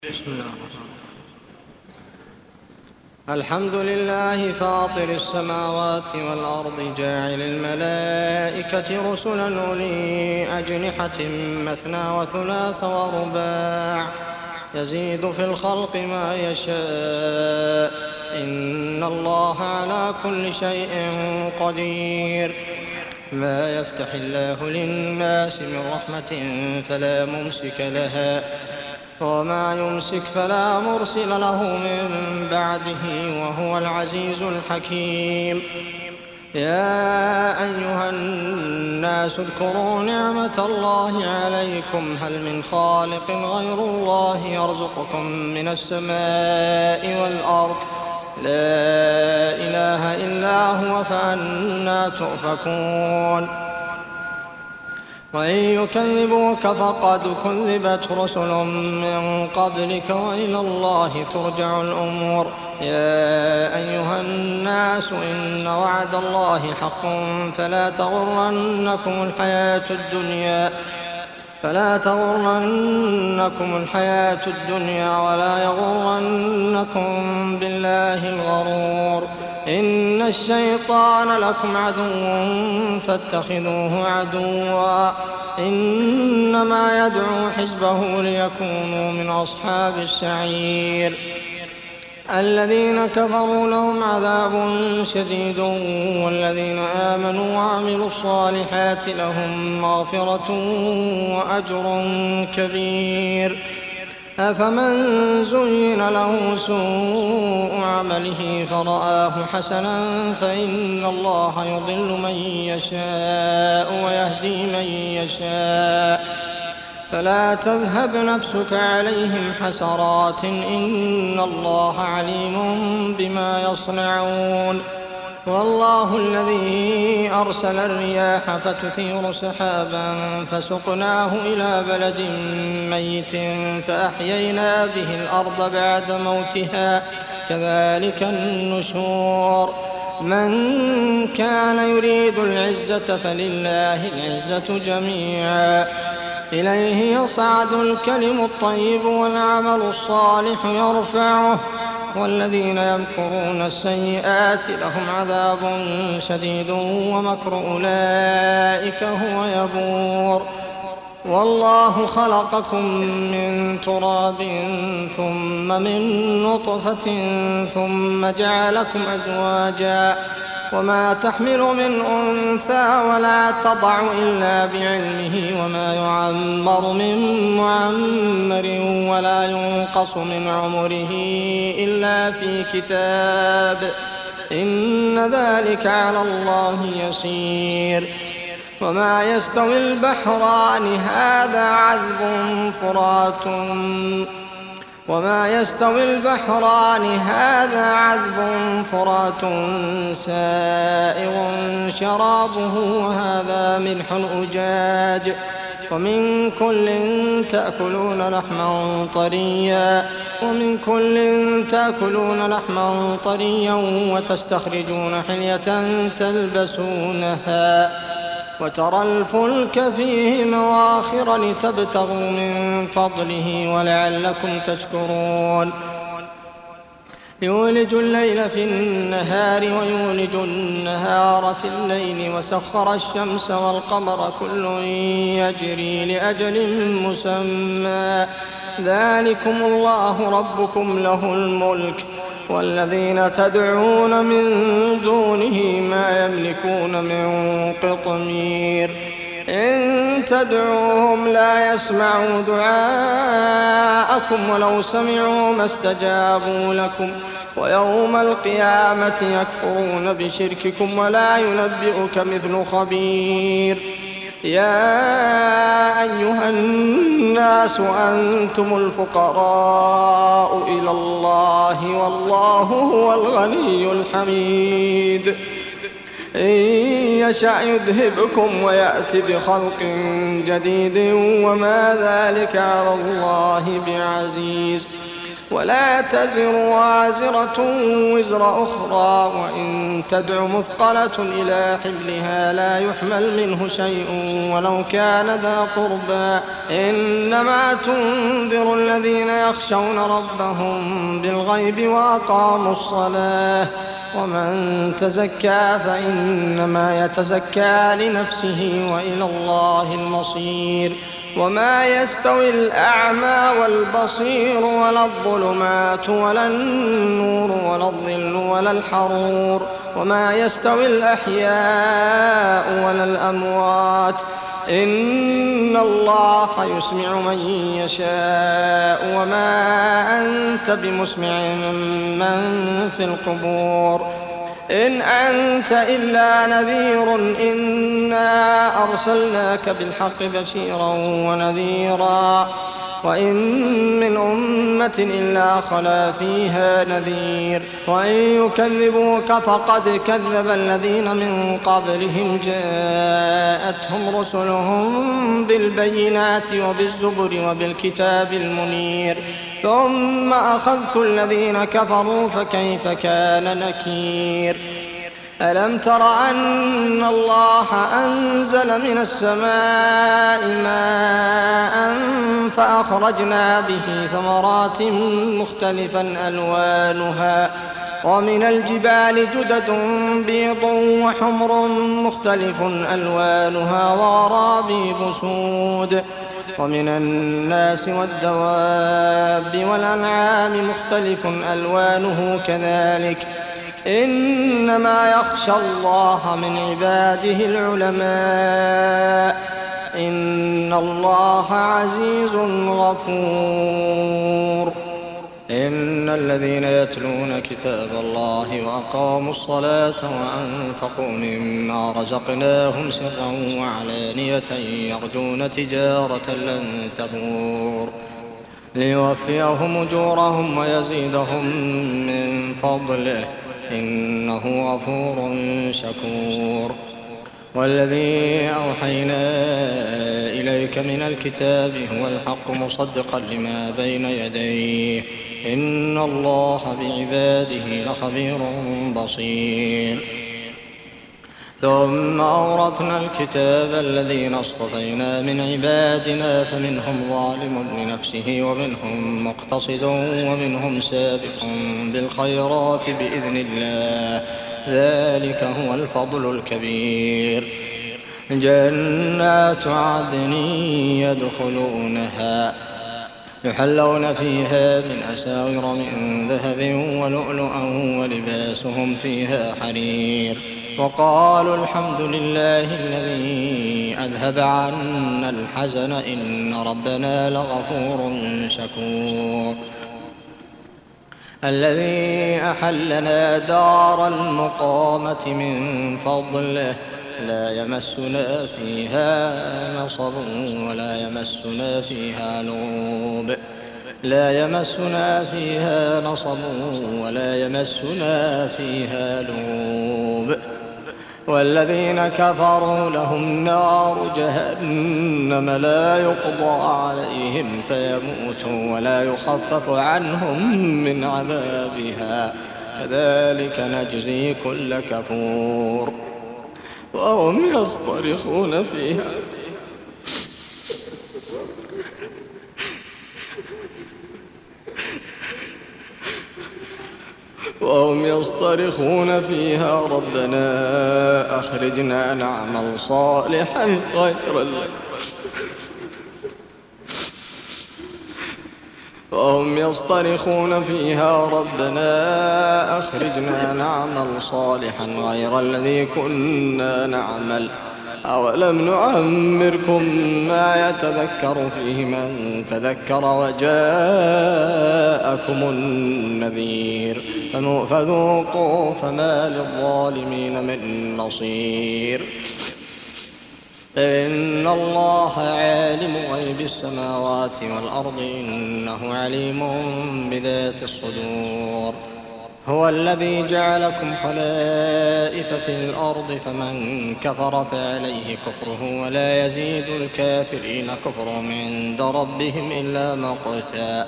بسم الله الرحمن الرحيم. الحمد لله فاطر السماوات والأرض جاعل الملائكة رسلا أولي أجنحة مثنى وثلاث ورباع يزيد في الخلق ما يشاء إن الله على كل شيء قدير. ما يفتح الله للناس من رحمة فلا ممسك لها وما يمسك فلا مرسل له من بعده وهو العزيز الحكيم. يا أيها الناس اذكروا نعمة الله عليكم هل من خالق غير الله يرزقكم من السماء والأرض لا إله إلا هو فأنى تؤفكون. وإن يكذبوك فقد كذبت رسل من قبلك وإلى الله ترجع الأمور. يا أيها الناس إن وعد الله حق فلا تغرنكم الحياة الدنيا ولا يغرنكم بالله الغرور. إن الشيطان لكم عدو فاتخذوه عدوا إنما يدعو حزبه ليكونوا من أصحاب السعير. الذين كفروا لهم عذاب شديد والذين آمنوا وعملوا الصالحات لهم مغفرة وأجر كبير. أفمن زين له سوء عمله فرآه حسنا فإن الله يضل من يشاء ويهدي من يشاء فلا تذهب نفسك عليهم حسرات إن الله عليم بما يصنعون. والله الذي أرسل الرياح فتثير سحابا فسقناه إلى بلد ميت فأحيينا به الأرض بعد موتها كذلك النشور. من كان يريد العزة فلله العزة جميعا إليه يصعد الكلم الطيب والعمل الصالح يرفعه والذين يمكرون السيئات لهم عذاب شديد ومكر أولئك هو يبور. والله خلقكم من تراب ثم من نطفة ثم جعلكم أزواجا وما تحمل من أنثى ولا تضع إلا بعلمه وما يعمر من معمر ولا ينقص من عمره إلا في كتاب إن ذلك على الله يسير. وما يستوي البحران هذا عذب فرات سائغ شرابه وهذا ملح أجاج ومن كل تأكلون لحما طريا وتستخرجون حلية تلبسونها وترى الفلك فيه مواخر لتبتغوا من فضله ولعلكم تشكرون. يولج الليل في النهار ويولج النهار في الليل وسخر الشمس والقمر كل يجري لأجل مسمى ذلكم الله ربكم له الملك والذين تدعون من دونه ما يملكون من قطمير. إن تدعوهم لا يسمعوا دعاءكم ولو سمعوا ما استجابوا لكم ويوم القيامة يكفرون بشرككم ولا ينبئك مثل خبير. يا أيها الناس أنتم الفقراء إلى الله والله هو الغني الحميد. إن يشأ يذهبكم ويأتي بخلق جديد وما ذلك على الله بعزيز. ولا تزر وازرة وزر أخرى، وإن تدع مثقلة إلى حملها لا يحمل منه شيء ولو كان ذا قربى. إنما تنذر الذين يخشون ربهم بالغيب وأقاموا الصلاة، ومن تزكى فإنما يتزكى لنفسه وإلى الله المصير. وما يستوي الأعمى والبصير ولا الظلمات ولا النور ولا الظل ولا الحرور، وما يستوي الأحياء ولا الأموات، إن الله يسمع من يشاء وما أنت بمسمع من في القبور. إن أنت إلا نذير، إنا أرسلناك بالحق بشيرا ونذيرا، وإن من أمة إلا خلا فيها نذير، وإن يكذبوك فقد كذب الذين من قبلهم، جاءتهم رسلهم بالبينات وبالزبر وبالكتاب المنير، ثم أخذت الذين كفروا فكيف كان نكير. ألم تر أن الله أنزل من السماء ماء فأخرجنا به ثمرات مختلفا ألوانها، ومن الجبال جدد بيض وحمر مختلف ألوانها وغرابيب سود، ومن الناس والدواب والأنعام مختلف ألوانه كذلك، إنما يخشى الله من عباده العلماء، إن الله عزيز غفور. إن الذين يتلون كتاب الله وأقاموا الصلاة وأنفقوا مما رزقناهم سرا وعلانية يرجون تجارة لن تبور ليوفيهم أجورهم ويزيدهم من فضله، إنه غفور شكور. والذي أوحينا إليك من الكتاب هو الحق مصدقا لما بين يديه، إن الله بعباده لخبير بصير. ثم أورثنا الكتاب الذين اصطفينا من عبادنا فمنهم ظالم لنفسه ومنهم مقتصد ومنهم سابق بالخيرات بإذن الله، ذلك هو الفضل الكبير. جنات عدن يدخلونها يحلون فيها من أساور من ذهب ولؤلؤا ولباسهم فيها حرير، وقالوا الحمد لله الذي أذهب عنا الحزن إن ربنا لغفور شكور. الذي أحلنا دار المقامة من فضله لا يمسنا فيها نصب ولا يمسنا فيها لغوب، لا يمسنا فيها نصب ولا يمسنا فيها لغوب. والذين كفروا لهم نار جهنم لا يقضى عليهم فيموتوا ولا يخفف عنهم من عذابها، كذلك نجزي كل كفور. وهم يصطرخون فيها ربنا أخرجنا نعمل صالحا غير وهم يصطرخون فيها ربنا أخرجنا نعمل صالحا غير الذي كنا نعمل، أولم نعمركم ما يتذكر فيه من تذكر وجاءكم النذير، فذوقوا فما للظالمين من نصير. إن الله عالم غيب السماوات والأرض إنه عليم بذات الصدور. هو الذي جعلكم خلائف في الأرض فمن كفر فعليه كفره ولا يزيد الكافرين كفرهم عند ربهم إلا مقتا،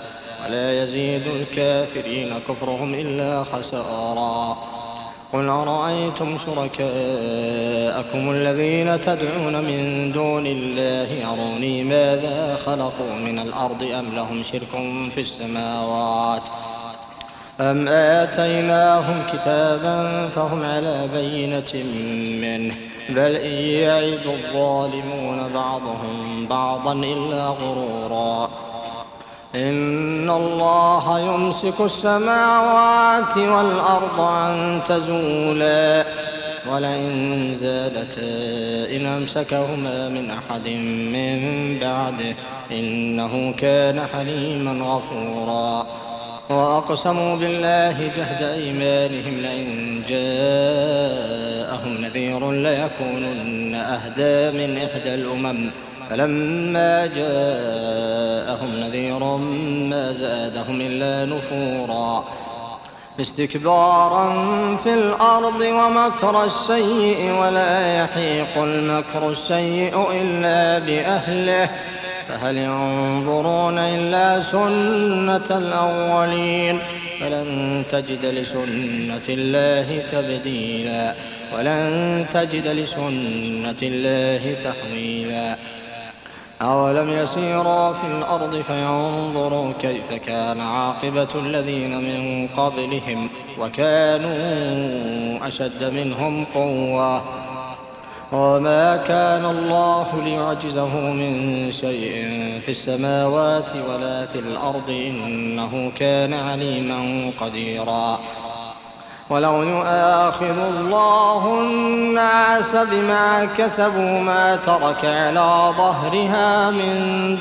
ولا يزيد الكافرين كفرهم إلا خسارا. قل أرأيتم شركاءكم الذين تدعون من دون الله أروني ماذا خلقوا من الأرض أم لهم شرك في السماوات أم آتيناهم كتابا فهم على بينة منه بل إن يعد الظالمون بعضهم بعضا إلا غرورا. إن الله يمسك السماوات والأرض أن تزولا ولئن زالتا إن أمسكهما من أحد من بعده إنه كان حليما غفورا. وأقسموا بالله جهد أيمانهم لئن جاءهم نذير ليكونن أهدى من إحدى الأمم فلما جاءهم نذير ما زادهم إلا نفورا استكبارا في الأرض ومكر السيء ولا يحيق المكر السيء إلا بأهله فهل ينظرون إلا سنة الأولين فلن تجد لسنة الله تبديلا ولن تجد لسنة الله تحويلا. أولم يسيروا في الأرض فينظروا كيف كان عاقبة الذين من قبلهم وكانوا أشد منهم قوة وما كان الله ليعجزه من شيء في السماوات ولا في الأرض إنه كان عليما قديرا. ولو يؤاخذ الله الناس بما كسبوا ما ترك على ظهرها من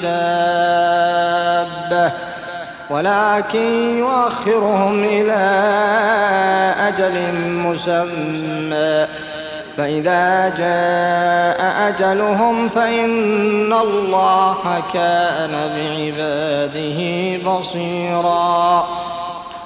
دابة ولكن يؤخرهم إلى أجل مسمى فإذا جاء أجلهم فإن الله كان بعباده بصيرا.